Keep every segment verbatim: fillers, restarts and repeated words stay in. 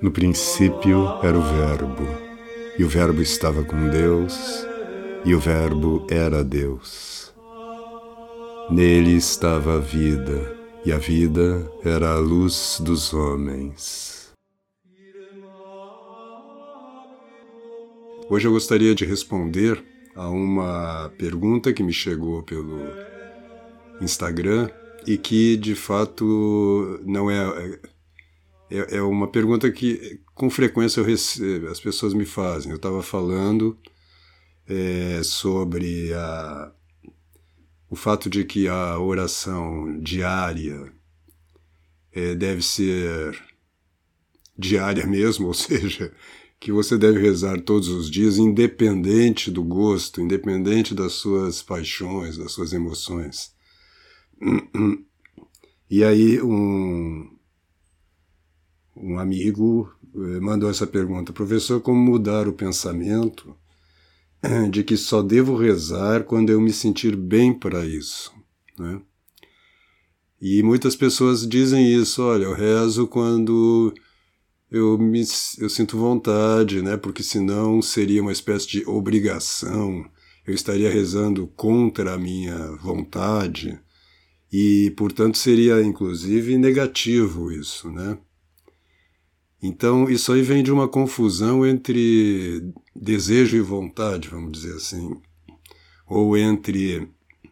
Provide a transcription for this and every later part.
No princípio era o Verbo, e o Verbo estava com Deus, e o Verbo era Deus. Nele estava a vida, e a vida era a luz dos homens. Hoje eu gostaria de responder a uma pergunta que me chegou pelo Instagram e que, de fato, não é... É, é uma pergunta que, com frequência, eu recebo, as pessoas me fazem. Eu estava falando é, sobre a, o fato de que a oração diária é, deve ser diária mesmo, ou seja, que você deve rezar todos os dias, independente do gosto, independente das suas paixões, das suas emoções. E aí um, um amigo mandou essa pergunta: professor, como mudar o pensamento de que só devo rezar quando eu me sentir bem para isso, né? E muitas pessoas dizem isso: olha, eu rezo quando eu, me, eu sinto vontade, né? Porque senão seria uma espécie de obrigação, eu estaria rezando contra a minha vontade e, portanto, seria inclusive negativo isso, né? Então, isso aí vem de uma confusão entre desejo e vontade, vamos dizer assim, ou entre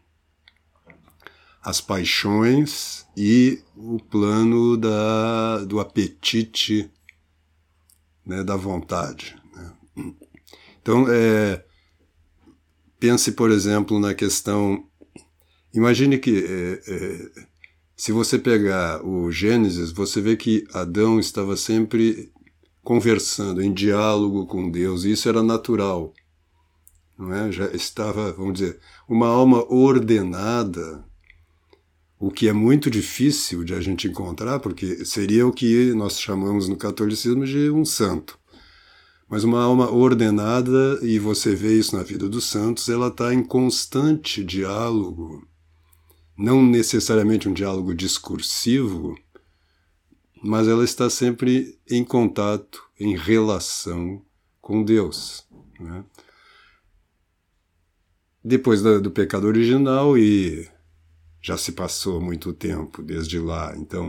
as paixões e o plano da, do apetite, né, da vontade, né? Então, é, pense, por exemplo, na questão... Imagine que... É, é, se você pegar o Gênesis, você vê que Adão estava sempre conversando, em diálogo com Deus, e isso era natural, não é? Já estava, vamos dizer, uma alma ordenada, o que é muito difícil de a gente encontrar, porque seria o que nós chamamos no catolicismo de um santo. Mas uma alma ordenada, e você vê isso na vida dos santos, ela está em constante diálogo, não necessariamente um diálogo discursivo, mas ela está sempre em contato, em relação com Deus, né? Depois da, do pecado original, e já se passou muito tempo desde lá, então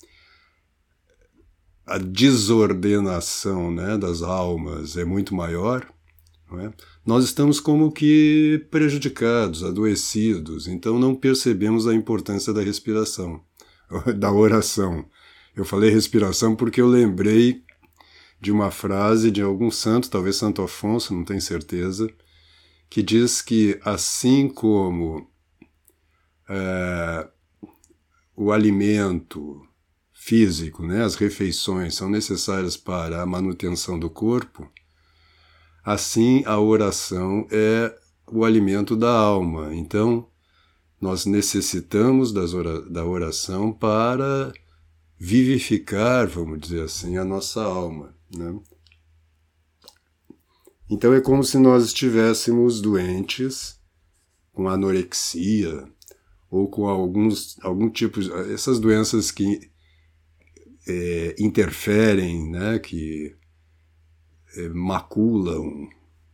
a desordenação, né, das almas é muito maior, não é? Nós estamos como que prejudicados, adoecidos, então não percebemos a importância da respiração, da oração. Eu falei respiração porque eu lembrei de uma frase de algum santo, talvez Santo Afonso, não tenho certeza, que diz que assim como é, o alimento físico, né, as refeições são necessárias para a manutenção do corpo, assim, a oração é o alimento da alma. Então, nós necessitamos das ora- da oração para vivificar, vamos dizer assim, a nossa alma, né? Então, é como se nós estivéssemos doentes, com anorexia, ou com alguns, algum tipo de... essas doenças que é, interferem, né, que maculam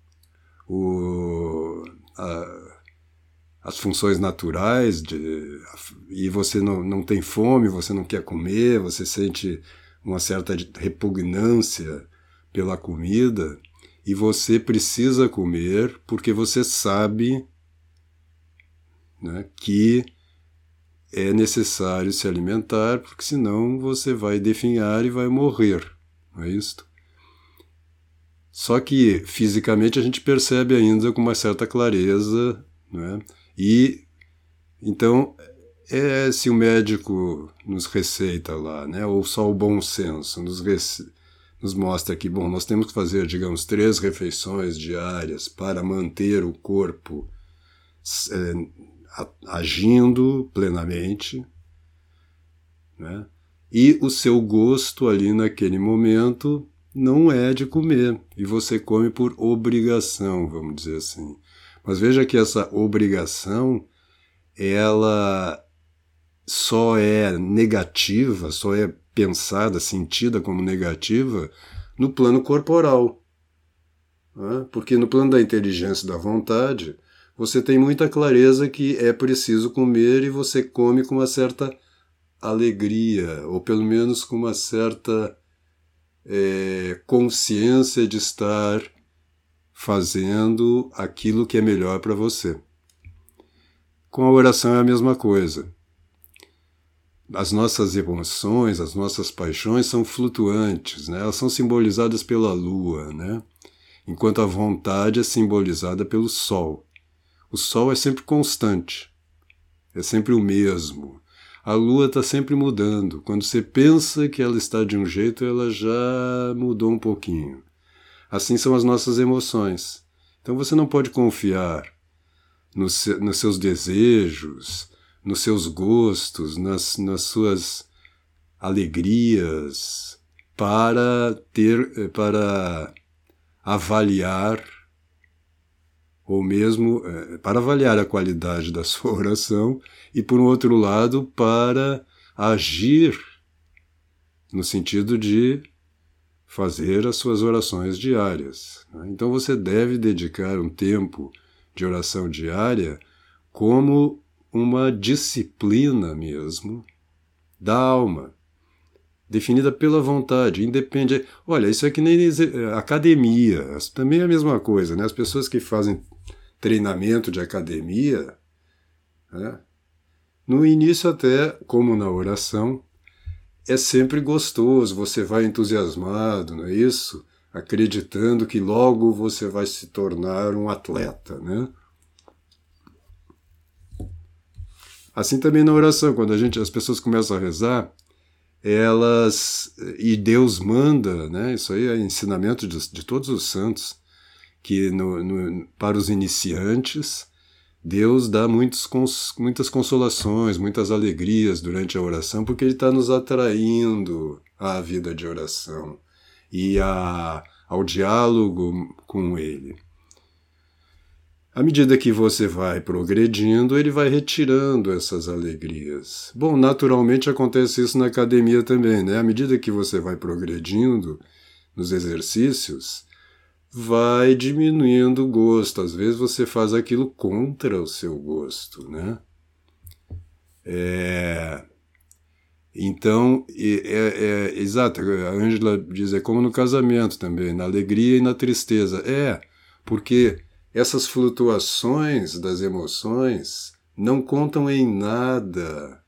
o, a, as funções naturais de, e você não, não tem fome, você não quer comer, você sente uma certa repugnância pela comida e você precisa comer porque você sabe, né, que é necessário se alimentar, porque senão você vai definhar e vai morrer, não é isso? Só que fisicamente a gente percebe ainda com uma certa clareza, né? E então, é, se o médico nos receita lá, né? Ou só o bom senso nos, rece... nos mostra que, bom, nós temos que fazer, digamos, três refeições diárias para manter o corpo é, agindo plenamente, né? E o seu gosto ali naquele momento não é de comer, e você come por obrigação, vamos dizer assim. Mas veja que essa obrigação, ela só é negativa, só é pensada, sentida como negativa no plano corporal. Né? Porque no plano da inteligência e da vontade, você tem muita clareza que é preciso comer e você come com uma certa alegria, ou pelo menos com uma certa é, consciência de estar fazendo aquilo que é melhor para você. Com a oração é a mesma coisa. As nossas emoções, as nossas paixões são flutuantes, né? Elas são simbolizadas pela lua, né? Enquanto a vontade é simbolizada pelo sol. O sol é sempre constante, é sempre o mesmo. A lua está sempre mudando. Quando você pensa que ela está de um jeito, ela já mudou um pouquinho. Assim são as nossas emoções. Então você não pode confiar nos, nos seus desejos, nos seus gostos, nas, nas suas alegrias, para ter, para avaliar, ou mesmo para avaliar a qualidade da sua oração, e por um outro lado, para agir no sentido de fazer as suas orações diárias. Então você deve dedicar um tempo de oração diária como uma disciplina mesmo da alma, definida pela vontade, independe. Olha, isso é que nem academia, também é a mesma coisa, né? As pessoas que fazem treinamento de academia, né? No início até, como na oração, é sempre gostoso, você vai entusiasmado, não é isso? Acreditando que logo você vai se tornar um atleta, né? Assim também na oração, quando a gente, as pessoas começam a rezar, elas, e Deus manda, né? Isso aí é ensinamento de, de todos os santos, que no, no, para os iniciantes, Deus dá muitos, muitas consolações, muitas alegrias durante a oração, porque Ele está nos atraindo à vida de oração e a, ao diálogo com Ele. À medida que você vai progredindo, ele vai retirando essas alegrias. Bom, naturalmente acontece isso na academia também, né? À medida que você vai progredindo nos exercícios, vai diminuindo o gosto. Às vezes você faz aquilo contra o seu gosto, né? É... Então, é, é, é exato, a Ângela diz, é como no casamento também, na alegria e na tristeza. É, porque essas flutuações das emoções não contam em nada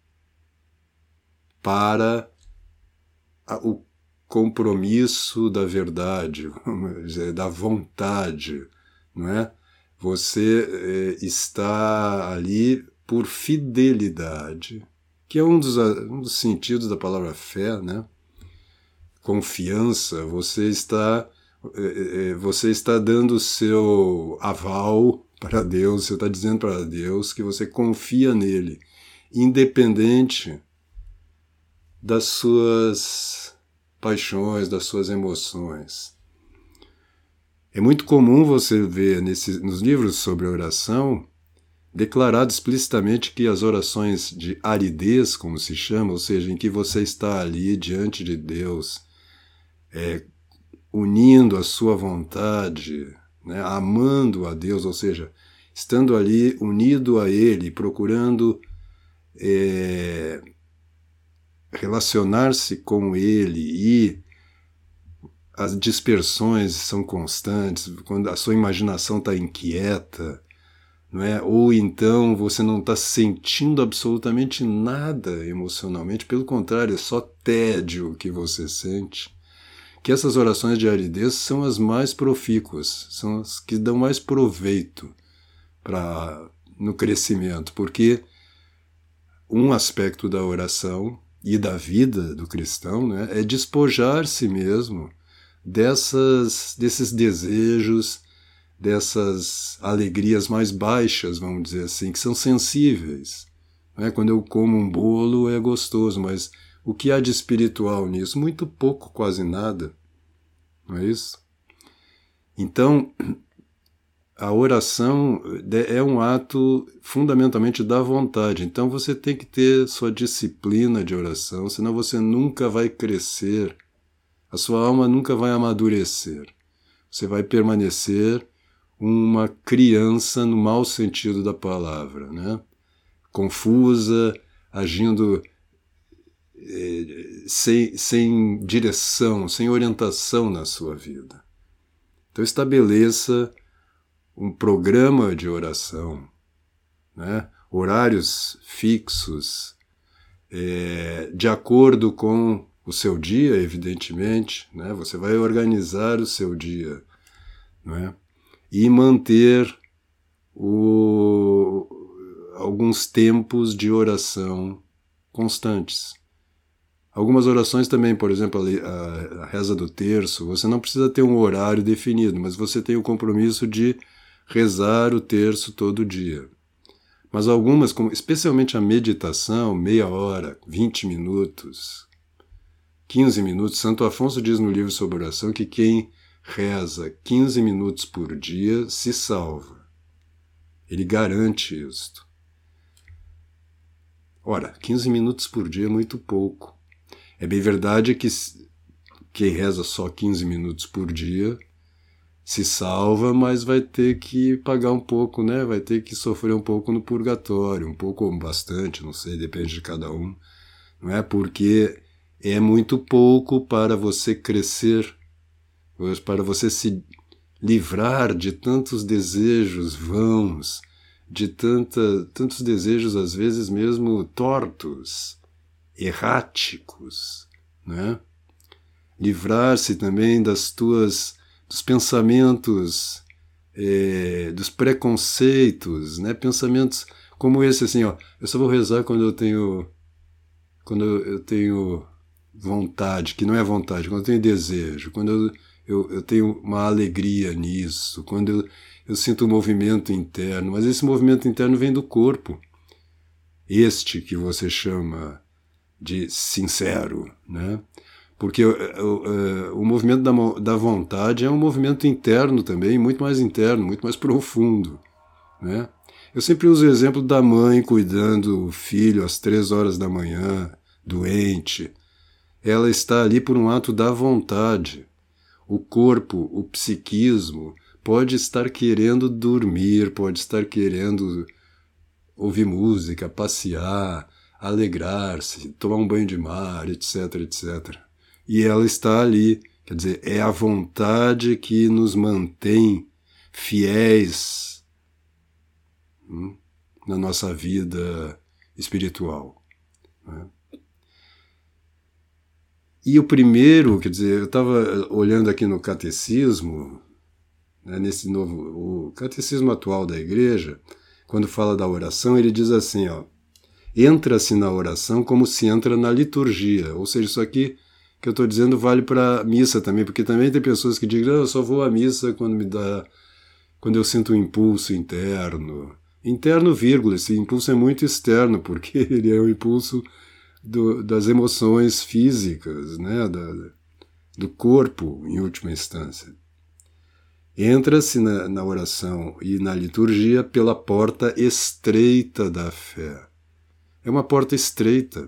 para a, o compromisso da verdade, vamos dizer, da vontade, não é? Você é, está ali por fidelidade, que é um dos, um dos sentidos da palavra fé, né? Confiança, você está... você está dando o seu aval para Deus, você está dizendo para Deus que você confia nele, independente das suas paixões, das suas emoções. É muito comum você ver nesse, nos livros sobre oração declarado explicitamente que as orações de aridez, como se chama, ou seja, em que você está ali diante de Deus, é, unindo a sua vontade, né, amando a Deus, ou seja, estando ali unido a Ele, procurando é, relacionar-se com Ele, e as dispersões são constantes, quando a sua imaginação está inquieta, não é? Ou então você não está sentindo absolutamente nada emocionalmente, pelo contrário, é só tédio que você sente. Que essas orações de aridez são as mais profícuas, são as que dão mais proveito pra, no crescimento, porque um aspecto da oração e da vida do cristão, né, é despojar-se mesmo dessas, desses desejos, dessas alegrias mais baixas, vamos dizer assim, que são sensíveis. Né? Quando eu como um bolo é gostoso, mas o que há de espiritual nisso? Muito pouco, quase nada. Não é isso? Então, a oração é um ato fundamentalmente da vontade. Então você tem que ter sua disciplina de oração, senão você nunca vai crescer, a sua alma nunca vai amadurecer. Você vai permanecer uma criança no mau sentido da palavra, né? Confusa, agindo eh, sem, sem direção, sem orientação na sua vida. Então estabeleça um programa de oração, né? Horários fixos, é, de acordo com o seu dia, evidentemente, né? Você vai organizar o seu dia, né? E manter o, alguns tempos de oração constantes. Algumas orações também, por exemplo, a, a reza do terço, você não precisa ter um horário definido, mas você tem o compromisso de rezar o terço todo dia. Mas algumas, como especialmente a meditação, meia hora, vinte minutos, quinze minutos. Santo Afonso diz no livro sobre oração que quem reza quinze minutos por dia se salva. Ele garante isto. Ora, quinze minutos por dia é muito pouco. É bem verdade que quem reza só quinze minutos por dia se salva, mas vai ter que pagar um pouco, né? Vai ter que sofrer um pouco no purgatório, um pouco ou bastante, não sei, depende de cada um, não é? Porque é muito pouco para você crescer, para você se livrar de tantos desejos vãos, de tanta, tantos desejos às vezes mesmo tortos, erráticos, né? Livrar-se também das tuas dos pensamentos, é, dos preconceitos, né? Pensamentos como esse, assim, ó, eu só vou rezar quando eu tenho, quando eu tenho vontade, que não é vontade, quando eu tenho desejo, quando eu, eu, eu tenho uma alegria nisso, quando eu, eu sinto um movimento interno, mas esse movimento interno vem do corpo, este que você chama de sincero, né? Porque o, o, o movimento da, da vontade é um movimento interno também, muito mais interno, muito mais profundo, né? Eu sempre uso o exemplo da mãe cuidando do filho às três horas da manhã, doente. Ela está ali por um ato da vontade. O corpo, o psiquismo, pode estar querendo dormir, pode estar querendo ouvir música, passear, alegrar-se, tomar um banho de mar, etc, etcétera. E ela está ali, quer dizer, é a vontade que nos mantém fiéis hum, na nossa vida espiritual, né? E o primeiro, quer dizer, eu estava olhando aqui no catecismo, né, nesse novo, o catecismo atual da igreja, quando fala da oração, ele diz assim, ó, entra-se na oração como se entra na liturgia, ou seja, isso aqui que eu estou dizendo vale para a missa também, porque também tem pessoas que dizem, eu só vou à missa quando me dá, quando eu sinto um impulso interno. Interno, vírgula, esse impulso é muito externo, porque ele é o impulso do, das emoções físicas, né, da, do corpo, em última instância. Entra-se na, na oração e na liturgia pela porta estreita da fé. É uma porta estreita.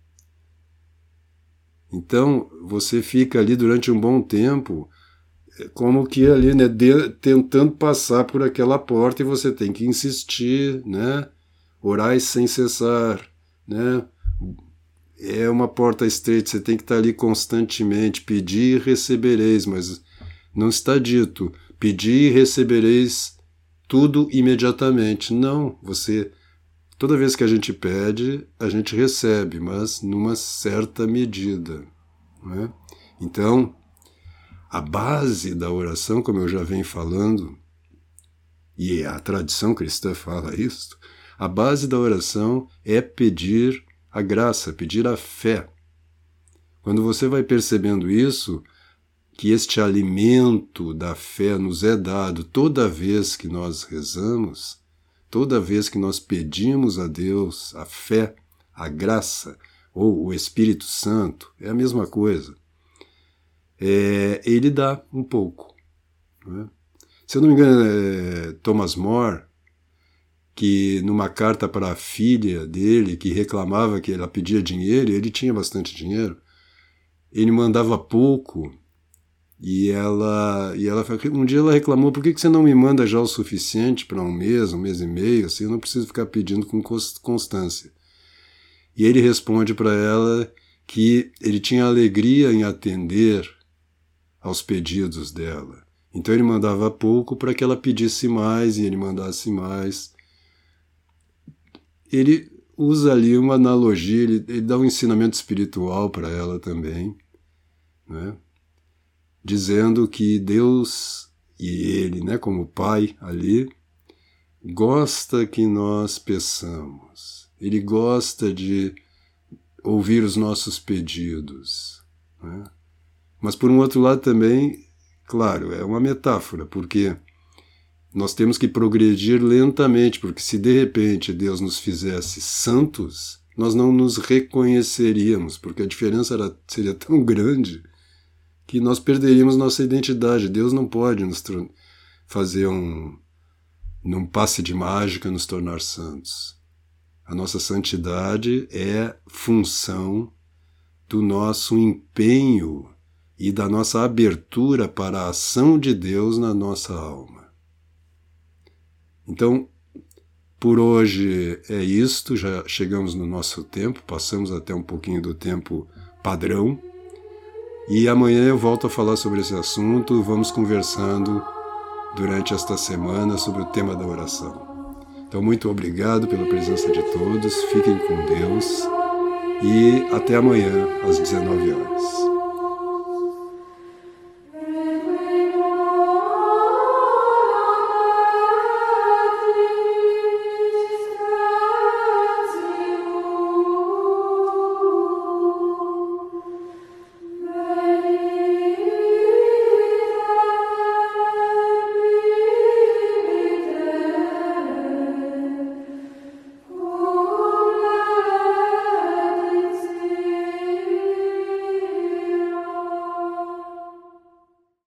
Então, você fica ali durante um bom tempo, como que ali, né, de, tentando passar por aquela porta, e você tem que insistir, né, orar sem cessar, né, é uma porta estreita, você tem que estar ali constantemente, pedir e recebereis, mas não está dito, pedir e recebereis tudo imediatamente, não, você... Toda vez que a gente pede, a gente recebe, mas numa certa medida, né? Então, a base da oração, como eu já venho falando, e a tradição cristã fala isso, a base da oração é pedir a graça, pedir a fé. Quando você vai percebendo isso, que este alimento da fé nos é dado toda vez que nós rezamos, toda vez que nós pedimos a Deus a fé, a graça, ou o Espírito Santo, é a mesma coisa. É, ele dá um pouco, né? Se eu não me engano, é Thomas More, que numa carta para a filha dele, que reclamava que ela pedia dinheiro, e ele tinha bastante dinheiro, ele mandava pouco, e ela, e ela um dia ela reclamou, por que você não me manda já o suficiente para um mês, um mês e meio, assim, eu não preciso ficar pedindo com constância. E ele responde para ela que ele tinha alegria em atender aos pedidos dela. Então ele mandava pouco para que ela pedisse mais, e ele mandasse mais. Ele usa ali uma analogia, ele, ele dá um ensinamento espiritual para ela também, né? Dizendo que Deus e ele, né, como pai ali, gosta que nós peçamos. Ele gosta de ouvir os nossos pedidos, né? Mas por um outro lado também, claro, é uma metáfora, porque nós temos que progredir lentamente, porque se de repente Deus nos fizesse santos, nós não nos reconheceríamos, porque a diferença era, seria tão grande que nós perderíamos nossa identidade. Deus não pode nos fazer um, num passe de mágica, nos tornar santos. A nossa santidade é função do nosso empenho e da nossa abertura para a ação de Deus na nossa alma. Então, por hoje é isto, já chegamos no nosso tempo, passamos até um pouquinho do tempo padrão, e amanhã eu volto a falar sobre esse assunto, vamos conversando durante esta semana sobre o tema da oração. Então, muito obrigado pela presença de todos, fiquem com Deus, e até amanhã, às dezenove horas.